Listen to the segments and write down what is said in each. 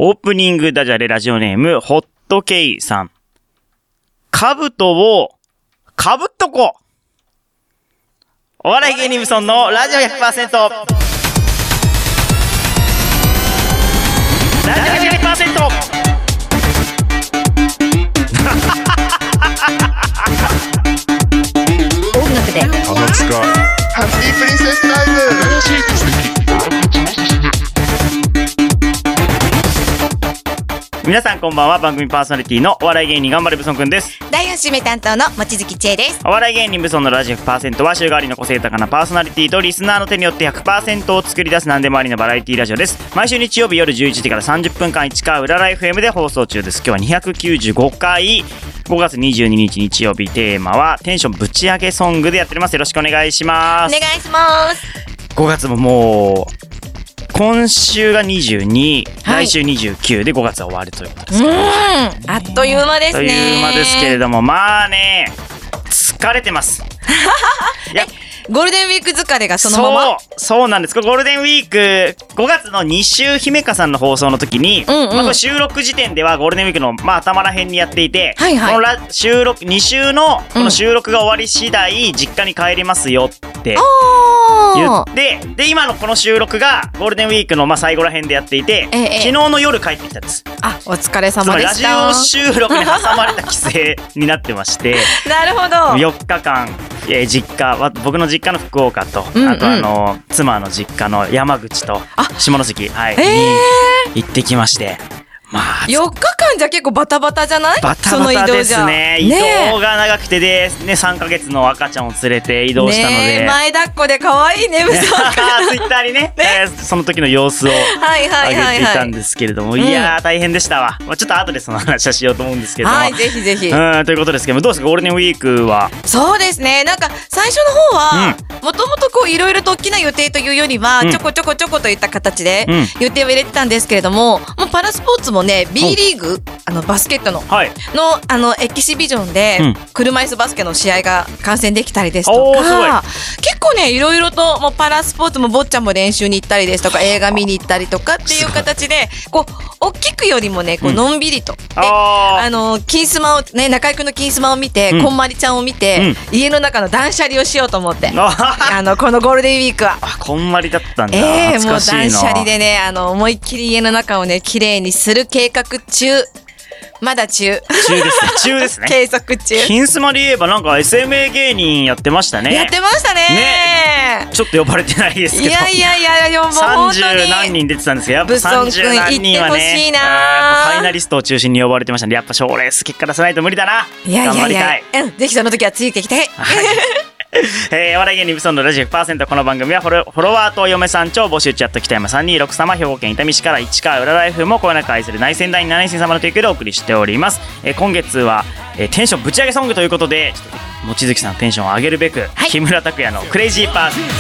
オープニングダジャレラジオネーム、ホットケイさん。兜を、かぶっとこう。お笑い芸人無尊のラジオ 100%。ラジオ 100%。 音楽で鼻つかハッピープリンセスタイム。 皆さんこんばんは。番組パーソナリティのお笑い芸人頑張れブソンくんです。 第4週目担当の望月千恵です。 お笑い芸人ブソンのラジオ 100% は週替わりの個性豊かなパーソナリティとリスナーの手によって 100% を作り出す何でもありのバラエティラジオです。毎週日曜日夜11時から30分間市川うらら FM で放送中です。今日は295回5月22日日曜日、テーマはテンションぶち上げソングでやっております。よろしくお願いします。 お願いします。 5月ももう今週が22、はい、来週29で5月は終わるということですけど、 あっという間ですね。 あっという間ですけれども、まあね、疲れてますいやゴールデンウィーク疲れがそのまま。 そうなんです。これゴールデンウィーク5月の2週姫香さんの放送の時に、これ収録時点ではゴールデンウィークの、頭ら辺にやっていて、この収録2週のこの収録が終わり次第、実家に帰りますよって言って、で今のこの収録がゴールデンウィークの最後ら辺でやっていて、昨日の夜帰ってきたんです。 あ、お疲れ様でした。 ラジオ収録に挟まれた帰省になってましてなるほど。 4日間、実家、僕の実家の福岡と、あと妻の実家の山口と下関、に行ってきまして、4 日間じゃ結構バタバタじゃない？ バタバタですね。移動が長くてで、3ヶ月の赤ちゃんを連れて移動したので、 前抱っこで可愛いね、息子がツイッターにね、その時の様子を上げていたんですけれども、いやー大変でしたわ。ちょっと後でその話はしようと思うんですけども、 はい、ぜひぜひ。 ということですけども、どうですかゴールデンウィークは？ そうですね、なんか最初の方はもともとこういろいろと大きな予定というよりは、ちょこちょこといった形で予定を入れてたんですけれども、もうパラスポーツもね、B リーグバスケットの、エキシビジョンで、車椅子バスケの試合が観戦できたりですとか、結構ねいろいろともうパラスポーツも坊ちゃんも練習に行ったりですとか、映画見に行ったりとかっていう形で、こう大きくよりもねこうのんびりと、金スマをね、中居くんの金スマを見て、こんまりちゃんを見て、家の中の断捨離をしようと思って、このゴールデンウィークはこんまりだったんだ。 もう断捨離でね、思いっきり家の中をね綺麗にする計画中。まだ中ですね計測中。 金スマで言えばなんか SMA 芸人やってましたね。 やってましたね。 ちょっと呼ばれてないですけど、 いやもう本当に 30何人出てたんですけど、やっぱブソン君 30何人はね、 行ってほしいな。 ファイナリストを中心に呼ばれてましたんで、やっぱ賞レース結果出さないと無理だな。頑張りたい。 ぜひその時はついてきて。 お笑い芸人ブソンのラジオ 100%。 この番組はフォロワーと嫁さん超募集中。北山326様、兵庫県伊丹市から市川うらら FM もこよなく愛する内戦第7戦様の提供でお送りしております。今月は、テンションぶち上げソングということで、ちょっと望月さんのテンションを上げるべく、木村拓哉のクレイジーパーティー。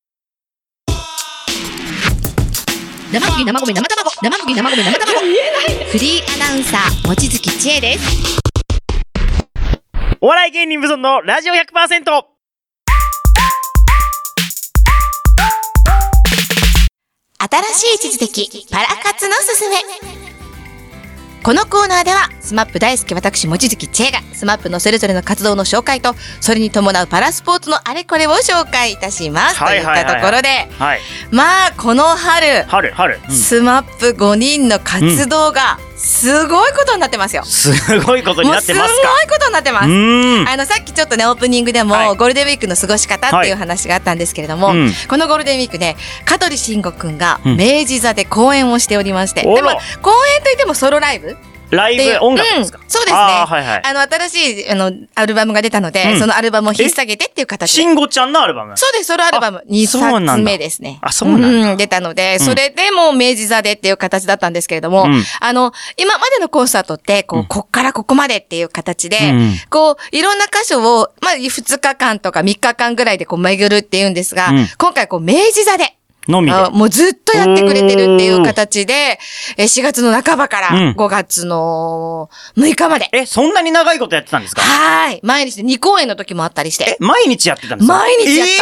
生麦生米生卵、生麦生米生卵。フリーアナウンサー望月千恵です。 お笑い芸人ブソンのラジオ 100%。 新しい地図的パラ活のすすめ。このコーナーではスマップ大好き私望月千恵がスマップのそれぞれの活動の紹介と、それに伴うパラスポーツのあれこれを紹介いたします、といったところで、この春、スマップ5人の活動がすごいことになってますよ。 すごいことになってますか。 すごいことになってます。さっきちょっとねオープニングでも、ゴールデンウィークの過ごし方っていう話があったんですけれども、このゴールデンウィークね、香取慎吾くんが明治座で公演をしておりまして、でも公演といってもソロライブ音楽ですか？ そうですね。新しいアルバムが出たので、そのアルバムを引っ提げてっていう形で。 慎吾ちゃんのアルバム？ そうです、ソロアルバム2冊目ですね。 そうなんだ。 出たので、それでもう明治座でっていう形だったんですけれども、今までのコンサートってこっからここまでっていう形で、いろんな箇所を2日間とか3日間ぐらいで巡るっていうんですが、今回明治座で。もうずっとやってくれてるっていう形で、4月の半ばから5月の6日まで。 そんなに長いことやってたんですか？ はい。毎日で2公演の時もあったりして。 毎日やってたんですか？ 毎日やった。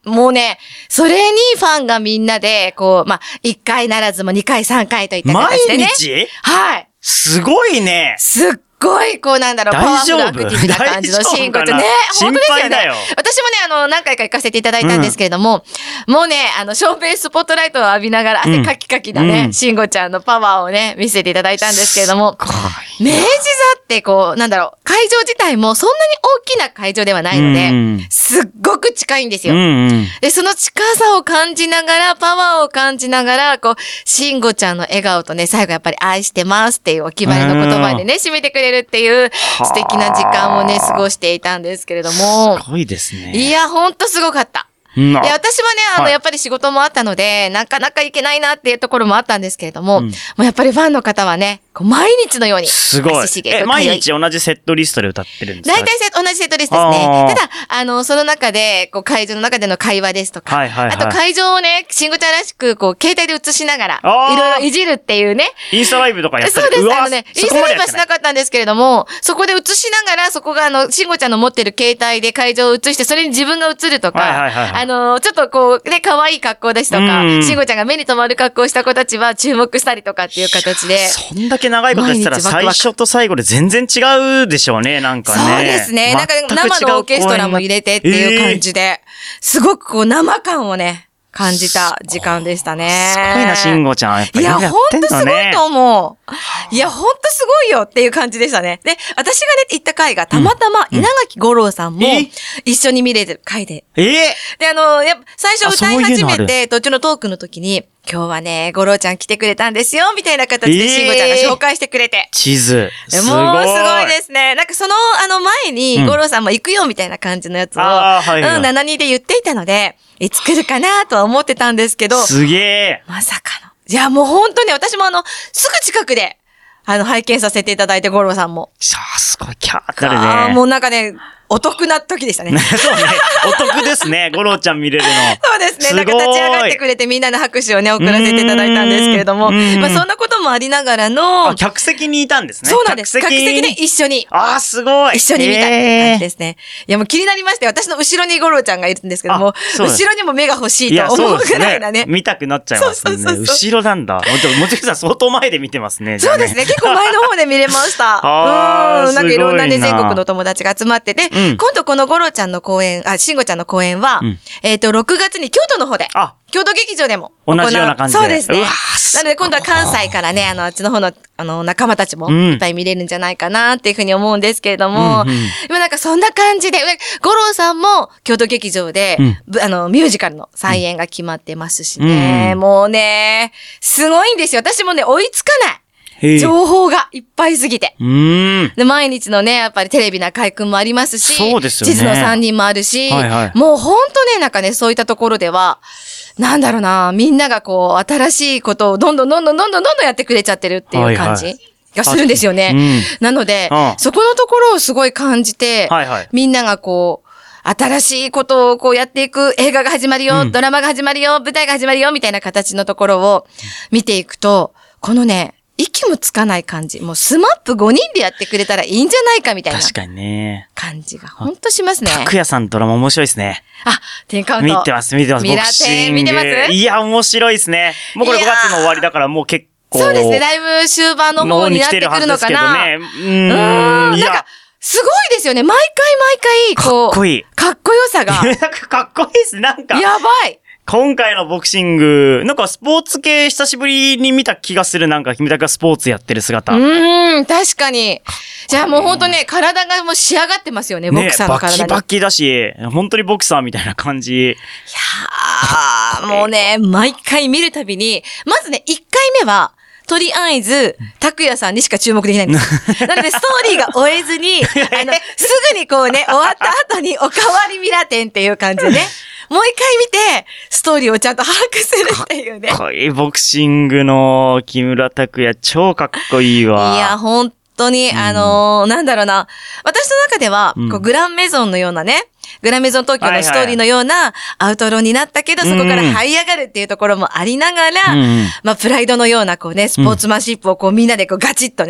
もうね、それにファンがみんなで、こう、まあ、1回ならずも2回3回といった形でね。 毎日？ はい。 すごいね。 すっごい、こうなんだろう、パワフルアクティブな感じのシンゴちゃんね。本当ですよね。私もね、何回か行かせていただいたんですけれども、もうね、照明スポットライトを浴びながら汗かきかきなね、シンゴちゃんのパワーをね、見せていただいたんですけれども、明治座ってこう、なんだろう、会場自体もそんなに大きな会場ではないので、すっごく近いんですよ。で、その近さを感じながら、パワーを感じながら、こう、シンゴちゃんの笑顔とね、最後やっぱり愛してますっていうお決まりの言葉でね、締めてくれるっていう素敵な時間をね、過ごしていたんですけれども。 すごいですね。 いや、ほんとすごかった。いや、私はね、やっぱり仕事もあったので、なかなか行けないなっていうところもあったんですけれども、もうやっぱりファンの方はね、こう毎日のように。 すごい。毎日同じセットリストで歌ってるんですか？ 大体同じセットリストですね。ただ、その中で、こう会場の中での会話ですとか、あと会場をね、シンゴちゃんらしく、こう、携帯で映しながら、いろいろいじるっていうね。 インスタライブとかやってる。 そうです。インスタライブはしなかったんですけれども、そこで映しながら、そこがシンゴちゃんの持ってる携帯で会場を映して、それに自分が映るとか、ちょっとこう、ね、可愛い格好ですとか、シンゴちゃんが目に留まる格好をした子たちは注目したりとかっていう形で。 そんだけ長いことしたら最初と最後で全然違うでしょうね、なんかね。 そうですね。なんか生のオーケストラも入れてっていう感じで、すごくこう生感をね、感じた時間でしたね。 すごいな、シンゴちゃん。やっぱりいや、ほんとすごいと思う。いや、ほんとすごいよっていう感じでしたね。で、私がね、行った回がたまたま稲垣吾郎さんも一緒に見れる回で。で、最初歌い始めて途中のトークの時に、今日はね、吾郎ちゃん来てくれたんですよ、みたいな形でシンゴちゃんが紹介してくれて。 地図。 もうすごいですね。なんかその前に吾郎さんも行くよみたいな感じのやつを、7-2で言っていたので、いつ来るかなとは思ってたんですけど。 すげえ。 まさかの。いや、もう本当に私もすぐ近くで、拝見させていただいて、吾郎さんも。 すごい、キャーってあるね。 もうなんかね、お得な時でしたね。 そうね。お得ですね。吾郎ちゃん見れるの。 そうですね。なんか立ち上がってくれてみんなの拍手をね、送らせていただいたんですけれども。まあそんなこともありながらの。 客席にいたんですね。 そうなんです。客席で一緒に。 すごい。 一緒に見たって感じですね。いやもう気になりまして、私の後ろに吾郎ちゃんがいるんですけども、後ろにも目が欲しいと思うぐらいなね。 見たくなっちゃいますね。後ろなんだ。もちろん相当前で見てますね。 そうですね。結構前の方で見れました。なんかいろんなね、全国の友達が集まってて、今度この吾郎ちゃんの公演、シンゴちゃんの公演は、6月に京都の方で、京都劇場でも同じような感じで。 そうですね。なので今度は関西からね、あっちの方の、仲間たちもいっぱい見れるんじゃないかなっていうふうに思うんですけれども、今なんかそんな感じで、吾郎さんも京都劇場で、ミュージカルの再演が決まってますしね、もうね、すごいんですよ。私もね、追いつかない。情報がいっぱいすぎて。で、毎日のね、やっぱりテレビな会君もありますし、 そうですよね。 地図の3人もあるし、もうほんとね、なんかね、そういったところでは、なんだろうな、みんながこう、新しいことをどんどんやってくれちゃってるっていう感じがするんですよね。なので、そこのところをすごい感じて、みんながこう、新しいことをこうやっていく、映画が始まるよ、ドラマが始まるよ、舞台が始まるよ、みたいな形のところを見ていくと、このね、息もつかない感じ。もうスマップ5人でやってくれたらいいんじゃないかみたいな。 確かにね。 感じがほんとしますね。 拓也さんドラマ面白いですね。 10カウント。 見てます。ミラテン見てます？いや、面白いですね。もうこれ5月の終わりだからもう結構。 そうですね。だいぶ終盤の方になってくるのかな。なんか、すごいですよね。毎回、こう。 かっこいい。 かっこよさが。 かっこいいです。なんか。 やばい。 今回のボクシング、なんかスポーツ系久しぶりに見た気がする。なんか君たちがスポーツやってる姿。 確かに。じゃあもうほんとね、体がもう仕上がってますよね、ボクサーの体に。 バキバキだし、本当にボクサーみたいな感じ。いやー、もうね、毎回見るたびに、まずね、1回目は、とりあえず、拓也さんにしか注目できないんです。なので、ストーリーが終えずに、すぐにこうね、終わった後におかわりミラテンっていう感じでね。もう一回見て、ストーリーをちゃんと把握するっていうね。 かっこいいボクシングの木村拓哉、超かっこいいわ。 いや、本当に、なんだろうな。私の中では、こうグランメゾンのようなね、グランメゾン東京のストーリーのようなアウトローになったけど、そこから這い上がるっていうところもありながら、まあ、プライドのようなこうね、スポーツマンシップをこうみんなでこうガチッとね、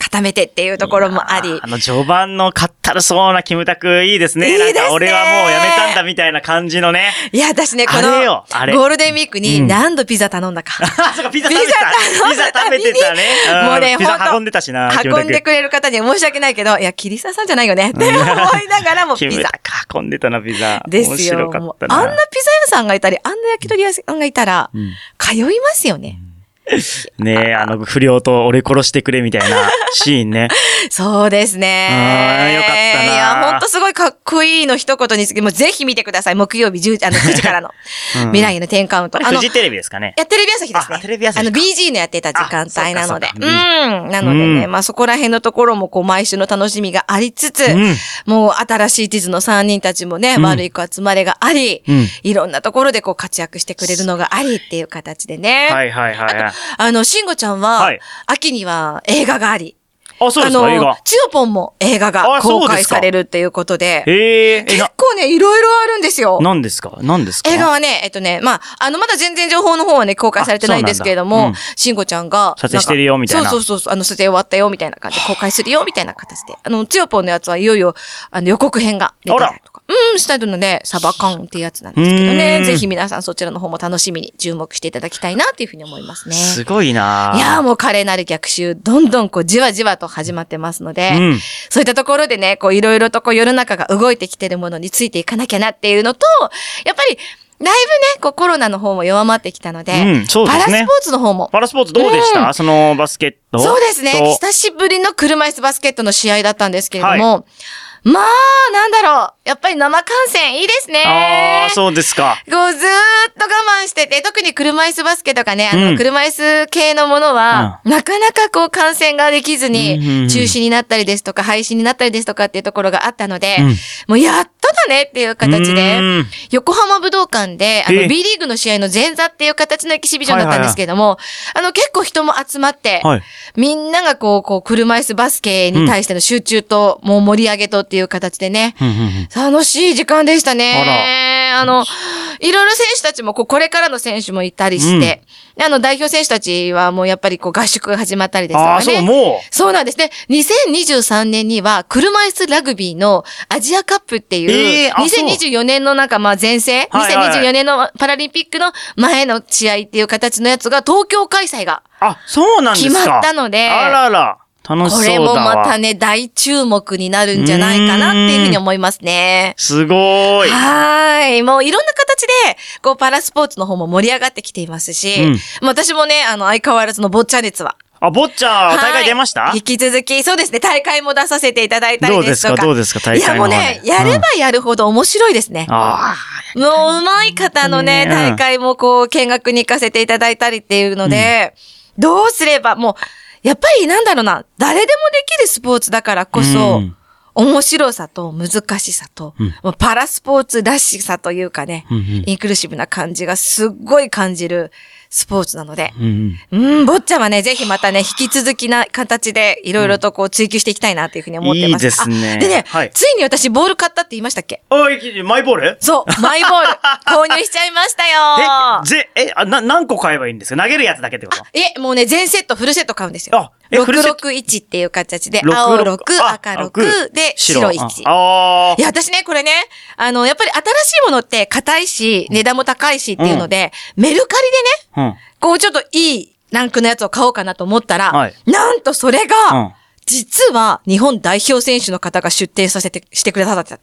固めてっていうところもあり。 序盤のかったるそうなキムタクいいですね。いいですね。なんか俺はもうやめたんだみたいな感じのね。 いや、私ね、このゴールデンウィークに何度ピザ頼んだか。 そうか、ピザ食べてた。ピザ食べてたね。 もうね、 ピザ運んでたしな。 運んでくれる方には申し訳ないけど、いや、桐沢さんじゃないよねって思いながらもピザ。 キムタク運んでたな、ピザ。 ですよ。 面白かったな。 あんなピザ屋さんがいたり、あんな焼き鳥屋さんがいたら、通いますよね。 ねえ、不良と俺殺してくれみたいなシーンね。 そうですね。 よかったな。 いや、ほんとすごいかっこいいの一言につき、もうぜひ見てください。木曜日9時からの未来への10カウント。 フジテレビですかね。 テレビ朝日ですね。 テレビ朝日。 BG のやってた時間帯なので。なのでね、まあそこら辺のところも毎週の楽しみがありつつ、もう新しい地図の3人たちもね、悪い子集まれがあり、いろんなところで活躍してくれるのがありっていう形でね。 はいはいはい。 慎吾ちゃんは、秋には映画があり。 あ、そうですか、映画。 つよぽんも映画が公開されるっていうことで。結構ね、いろいろあるんですよ。 何ですか映画はね、まだ全然情報の方はね、公開されてないんですけれども、慎吾ちゃんが。 撮影してるよ、みたいな。 そう、撮影終わったよ、みたいな感じで公開するよ、みたいな形で。つよぽんのやつはいよいよ、予告編が出たりとか。したので、サバカンっていうやつなんですけどね。ぜひ皆さんそちらの方も楽しみに注目していただきたいなっていうふうに思いますね。 すごいな。 いやーもう華麗なる逆襲、どんどんじわじわと始まってますので、そういったところでね、いろいろと世の中が動いてきてるものについていかなきゃなっていうのと、やっぱり、だいぶね、コロナの方も弱まってきたので、 そうですね。 パラスポーツの方も。 パラスポーツどうでした？そのバスケット。 そうですね。久しぶりの車椅子バスケットの試合だったんですけれども、まあ、なんだろう。やっぱり生観戦いいですね。 ああ、そうですか。 ずーっと我慢してて、特に車椅子バスケとかね、車椅子系のものは、なかなか観戦ができずに、中止になったりですとか、廃止になったりですとかっていうところがあったので、もうやっとだねっていう形で、横浜武道館で、B リーグの試合の前座っていう形のエキシビジョンだったんですけれども、結構人も集まって、みんなが車椅子バスケに対しての集中と、もう盛り上げとっていう形でね、楽しい時間でしたね。いろいろ選手たちも、これからの選手もいたりして、代表選手たちはもうやっぱり合宿が始まったりですとかね。そうなんですね。2023年には、車椅子ラグビーのアジアカップっていう、2024年の前世、2024年のパラリンピックの前の試合っていう形のやつが東京開催が、決まったので、 あらら。楽しそうだわ。 これもまたね、大注目になるんじゃないかなっていうふうに思いますね。 すごい。 もういろんな形で、パラスポーツの方も盛り上がってきていますし、私もね、相変わらずのボッチャ熱は。 ボッチャ、大会出ました？ 引き続き、そうですね、大会も出させていただいたりですとか。 どうですか、大会の。 いや、もうね、やればやるほど面白いですね。もう上手い方のね、大会も見学に行かせていただいたりっていうので、どうすれば、もう、やっぱり誰でもできるスポーツだからこそ、面白さと難しさと、パラスポーツらしさというかね、インクルーシブな感じがすっごい感じるスポーツなので、ボッチャはね、ぜひまたね、引き続きな形でいろいろと追求していきたいなというふうに思ってます。 いいですね。 でね、ついに私ボール買ったって言いましたっけ？ マイボール？ そう、マイボール購入しちゃいましたよ。 何個買えばいいんですか？投げるやつだけってこと？ もうね、全セット、フルセット買うんですよ。661っていう形で、青6、赤6で、白1。いや、私ね、これね、やっぱり新しいものって硬いし、値段も高いしっていうので、メルカリでね、ちょっといいランクのやつを買おうかなと思ったら、なんとそれが、実は日本代表選手の方が出展してくださってた。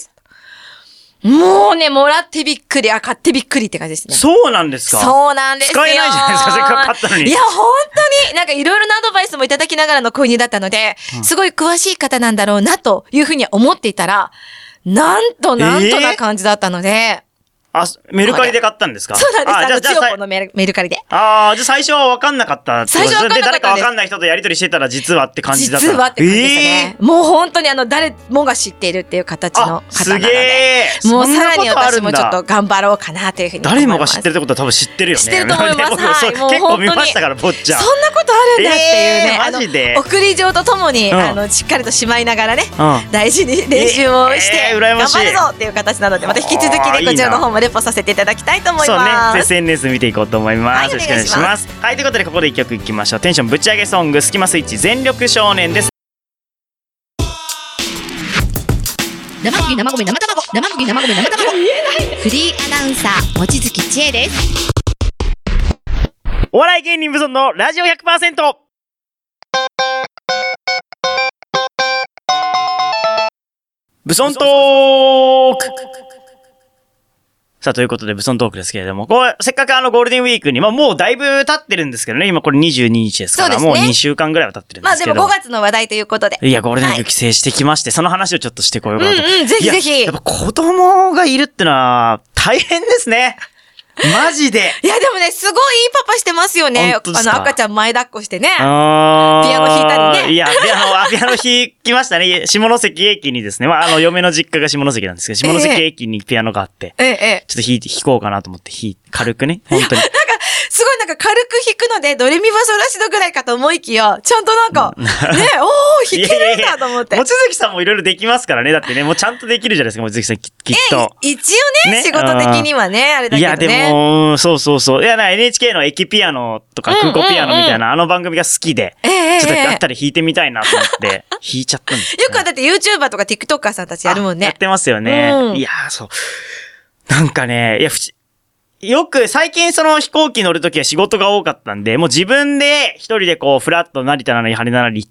もうね、もらってびっくり、買ってびっくりって感じですね。 そうなんですか？ そうなんですよ。 使えないじゃないですか、せっかく買ったのに。 いや、本当に、いろいろなアドバイスもいただきながらの購入だったので、すごい詳しい方なんだろうな、というふうに思っていたら、なんとな感じだったので、 メルカリで買ったんですか？ そうなんです。強固のメルカリで。 じゃあ最初は分かんなかったってことですね。 最初は分かんなかったです。 誰か分かんない人とやり取りしてたら実はって感じだった。 実はって感じでしたね。もう本当に誰もが知っているっていう形の方なので。 すげー。 もうさらに私もちょっと頑張ろうかなというふうに思います。 誰もが知ってるってことは多分知ってるよね。 知ってると思います。 結構見ましたから、ボッチャ。 そんなことあるんだっていうね、 マジで送り状とともに、しっかりとしまいながらね、大事に練習をして、頑張るぞっていう形なので、また引き続きね、こちらの方もレポさせていただきたいと思います。 そうね、SNS 見ていこうと思います。よろしくお願いします。はい、ということでここで一曲いきましょう。テンションぶち上げソング、スキマスイッチ全力少年です。 生麦生米生卵、生麦生米生卵。フリーアナウンサー望月千恵です。 お笑い芸人ブソンのラジオ 100%。ブソントーク。さあ、ということで、ブソントークですけれども、せっかくゴールデンウィークに、もうだいぶ経ってるんですけどね、今これ22日ですから、もう2週間ぐらいは経ってるんですけど。 でも5月の話題ということで。 いや、ゴールデンウィーク帰省してきまして、その話をちょっとしてこようかなと。 ぜひぜひ。 やっぱ子供がいるってのは、大変ですね。マジで。 いや、でもね、すごいいいパパしてますよね。赤ちゃん前抱っこしてね。ピアノ弾いたりね。 いや、ピアノ弾きましたね。下関駅にですね。嫁の実家が下関なんですけど、下関駅にピアノがあって。ちょっと弾こうかなと思って、軽くね。本当に。 すごい軽く弾くので、ドレミファソラシドぐらいかと思いきや、ちゃんと弾けるんだと思って。 望月さんもいろいろできますからね。だってね、もうちゃんとできるじゃないですか、望月さんきっと。 一応ね、仕事的にはね、あれだけどね。 いや、でも、そう。いや、NHK の駅ピアノとか空港ピアノみたいな番組が好きで、ちょっとあったり弾いてみたいなと思って、弾いちゃったんです。 よくだって YouTuber とか TikToker さんたちやるもんね。 やってますよね。いや、そう。なんかね、よく最近飛行機乗るときは仕事が多かったんで、もう自分で一人でフラッと成田なり羽田なり行って、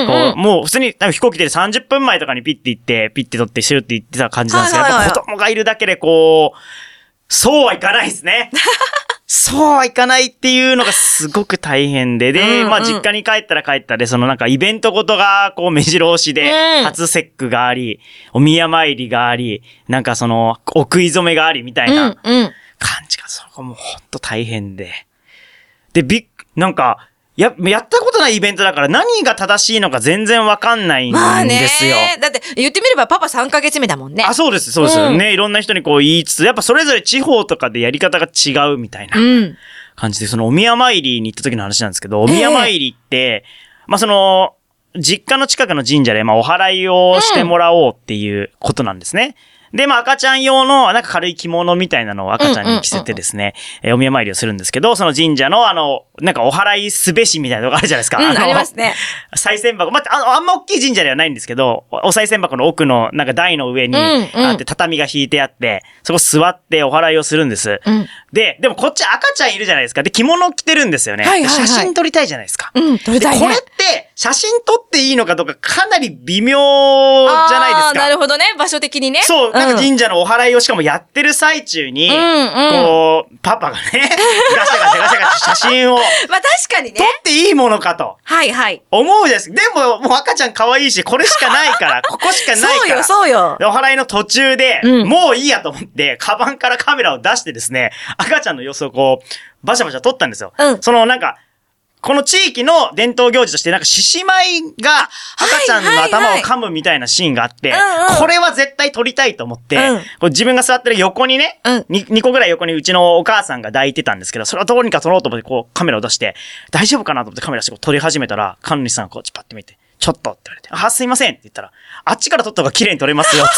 もう普通に飛行機で30分前とかにピッて行って、ピッて取ってシューって行ってた感じなんですけど、やっぱ子供がいるだけでそうはいかないですね。そうはいかないっていうのがすごく大変で、実家に帰ったらで、イベントごとが目白押しで、初節句があり、お宮参りがあり、お食い初めがありみたいな感じが、そこもほんと大変で。で、やったことないイベントだから何が正しいのか全然わかんないんですよ。 だって言ってみればパパ3ヶ月目だもんね。 そうです。ね、いろんな人に言いつつ、やっぱそれぞれ地方とかでやり方が違うみたいな感じで、お宮参りに行った時の話なんですけど、お宮参りって、実家の近くの神社でお祓いをしてもらおうっていうことなんですね。で、赤ちゃん用の、軽い着物みたいなのを赤ちゃんに着せてですね、お宮参りをするんですけど、その神社のお祓いすべしみたいなのがあるじゃないですか。 ありますね。 賽銭箱。あんま大きい神社ではないんですけど、お賽銭箱の奥の台の上にあって、畳が引いてあって、そこ座ってお祓いをするんです。でもこっち赤ちゃんいるじゃないですか。で、着物着てるんですよね。写真撮りたいじゃないですか。 撮りたいね。 これって、写真撮っていいのかどうかかなり微妙じゃないですか。 なるほどね。場所的にね。 そう。神社のお祓いをしかもやってる最中に、パパがね、ガシャガシャ写真を。 確かにね。 撮っていいものかと。思うじゃないですか。でも、もう赤ちゃん可愛いし、これしかないから、ここしかないから。 そうよ。 お祓いの途中で、もういいやと思って、カバンからカメラを出してですね、赤ちゃんの様子をバシャバシャ撮ったんですよ。この地域の伝統行事として獅子舞が赤ちゃんの頭を噛むみたいなシーンがあって、これは絶対撮りたいと思って、自分が座ってる横にね、2個ぐらい横にうちのお母さんが抱いてたんですけど、それをどうにか撮ろうと思ってカメラを出して、大丈夫かなと思ってカメラして撮り始めたら、神主さんがパッて見て、ちょっとって言われて、すいませんって言ったら、あっちから撮った方が綺麗に撮れますよ、つって。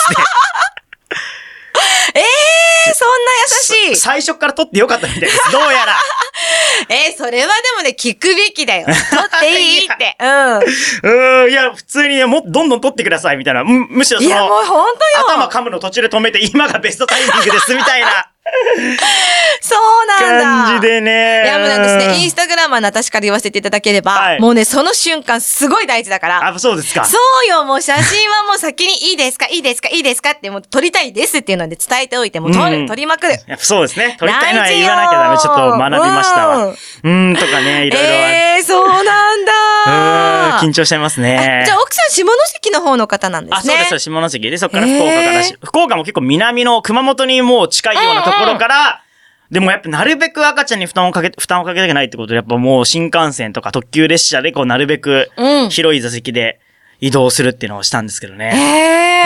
そんな優しい。 最初から撮ってよかったみたいです。どうやら。 それはでもね、聞くべきだよ。撮っていいって。 いや、普通にね、どんどん撮ってください、みたいな。むしろいや、もう本当よ。 頭噛むの途中で止めて、今がベストタイミングです、みたいな。 そうなんだ。 感じでね。 いや、もうなんですね。インスタグラマーの私から言わせていただければ、もうね、その瞬間すごい大事だから。 そうですか。 そうよ、もう写真はもう先にいいですかってもう撮りたいですっていうので伝えておいて、もう撮りまくる。 やっぱそうですね。撮りたいのは言わなきゃダメ。ちょっと学びましたわ。とかね、いろいろ。 そうなんだ。 緊張しちゃいますね。 じゃあ奥さん下関の方の方なんですね。 そうです、下関で、そこから福岡から福岡も結構南の熊本にもう近いようなところから、でもやっぱなるべく赤ちゃんに負担をかけたくないってことで、やっぱもう新幹線とか特急列車でなるべく広い座席で移動するっていうのをしたんですけどね。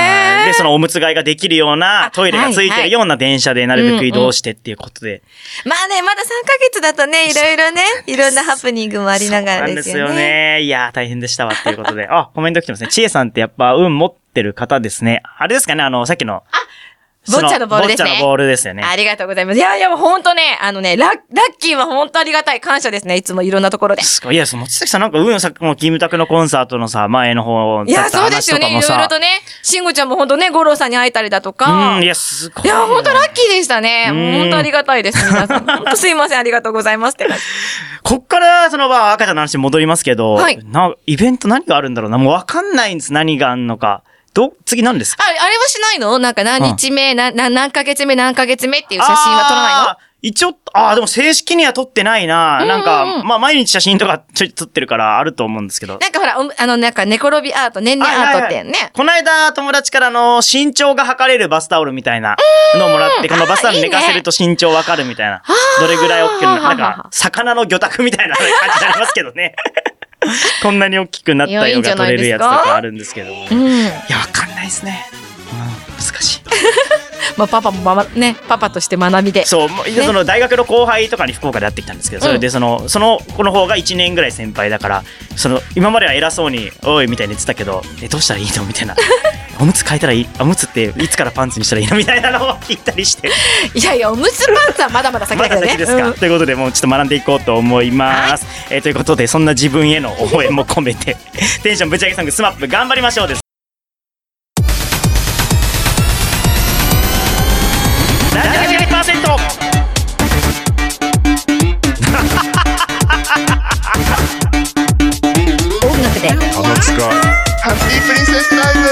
で、そのおむつ替えができるような、トイレがついてるような電車でなるべく移動してっていうことで。 まあね、まだ3ヶ月だとね、いろいろね、いろんなハプニングもありながらですよね。 そうなんですよね。いやー、大変でしたわっていうことで。コメント来てますね。ちえさんってやっぱ運持ってる方ですね。あれですかね、さっきの。 ボッチャのボールですね。 ボッチャのボールですよね。 ありがとうございます。いや、もうほんとね、ラッキーはほんとありがたい。感謝ですね。いつもいろんなところで。 すごい。いや、もちさきさんなんか運さ、もうキムタクのコンサートのさ、前の方いや、そうですよね。いろいろとね。しんごちゃんもほんとね、五郎さんに会えたりだとか。 いや、すごい。 いや、ほんとラッキーでしたね。ほんとありがたいです。皆さん。ほんとすいません。ありがとうございますって感じ。 こっから、赤ちゃんの話に戻りますけど、はい。イベント何があるんだろうな。もうわかんないんです。何があんのか。次何ですか？ あれはしないの？なんか何日目、何ヶ月目っていう写真は撮らないの？ 一応、でも正式には撮ってないな。なんか、まあ毎日写真とかちょい撮ってるからあると思うんですけど。 なんかほら、なんか寝転びアート、年齢アートってね。 この間友達から身長が測れるバスタオルみたいなのをもらって、このバスタオル寝かせると身長わかるみたいな。どれぐらい大きくなるなんか、魚の魚択みたいな感じになりますけどね。こんなに大きくなったよが取れるやつとかあるんですけども。いや、わかんないですね。難しい。 まあ、パパもパパとして学びで。 そう、その大学の後輩とかに福岡で会ってきたんですけど、それで子の方が1年ぐらい先輩だから、今までは偉そうに、おいみたいに言ってたけど、どうしたらいいのみたいな。おむつ変えたらいい？おむつっていつからパンツにしたらいいのみたいなのを聞いたりして。 いや、おむつパンツはまだまだ先だけどね。 まだ先ですか。ということで、もうちょっと学んでいこうと思います。ということで、そんな自分への応援も込めて、テンションぶち上げソングスマップ頑張りましょうです。78% 音楽で花塚ハッピープリンセスタイム。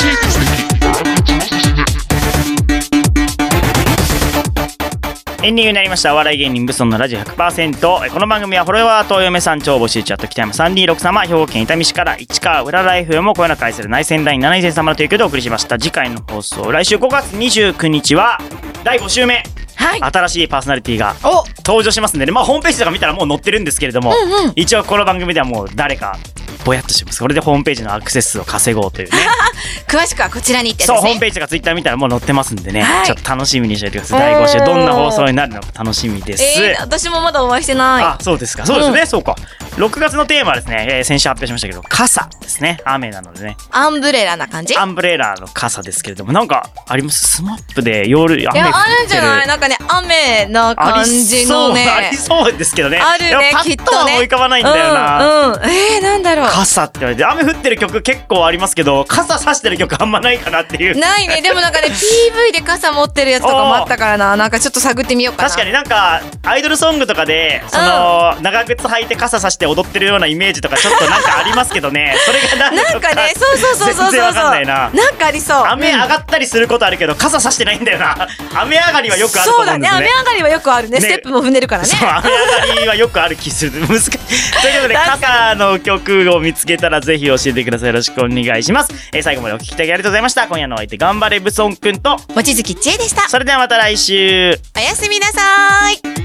エンディングになりました。お笑い芸人ブソンのラジオ 100%。この番組はフォロワーとお嫁さん超募集中、北山326様、兵庫県伊丹市から市川裏ライフもこよなく愛する内戦第7位戦様の提供でお送りしました。次回の放送、来週5月29日は第5週目。はい、新しいパーソナリティが登場しますんでね、まあホームページとか見たらもう載ってるんですけれども、一応この番組ではもう誰かぼやっとします。これでホームページのアクセス数を稼ごうというね。 詳しくはこちらに行ってですね。 そう、ホームページとかツイッター見たらもう載ってますんでね、ちょっと楽しみにしておいてください。第5週どんな放送になるのか楽しみです。 私もまだお会いしてない。 あ、そうですか。そうですね、そうか。6月のテーマはですね、先週発表しましたけど、傘ですね。雨なのでね。 アンブレラな感じ？ アンブレラの傘ですけれども、なんかあります？スマップで夜雨降ってる。 いや、あるんじゃない？なんかね、雨な感じのね。 ありそうですけどね。 あるね、きっとね。パッとは思い浮かばないんだよな。 なんだろう。 傘って言われて、雨降ってる曲結構ありますけど、傘差してる曲あんまないかなっていう。 ないね。でもなんかね、PV で傘持ってるやつとかもあったからな。なんかちょっと探ってみようかな。 確かになんかアイドルソングとかで長靴履いて傘差して踊ってるようなイメージとかちょっとなんかありますけどね。それがなんかね、そう全然わかんないな。 なんかありそう。 雨上がったりすることあるけど傘差してないんだよな。雨上がりはよくあると思うんですね。 そうだね。雨上がりはよくあるね。ステップも踏んでるからね。 そう、雨上がりはよくある気する。難しい。ということで傘の曲を見つけたらぜひ教えてください。よろしくお願いします。最後までお聞きいただきありがとうございました。今夜のお相手頑張れブソンくんと望月千恵でした。 それではまた来週。 おやすみなさーい。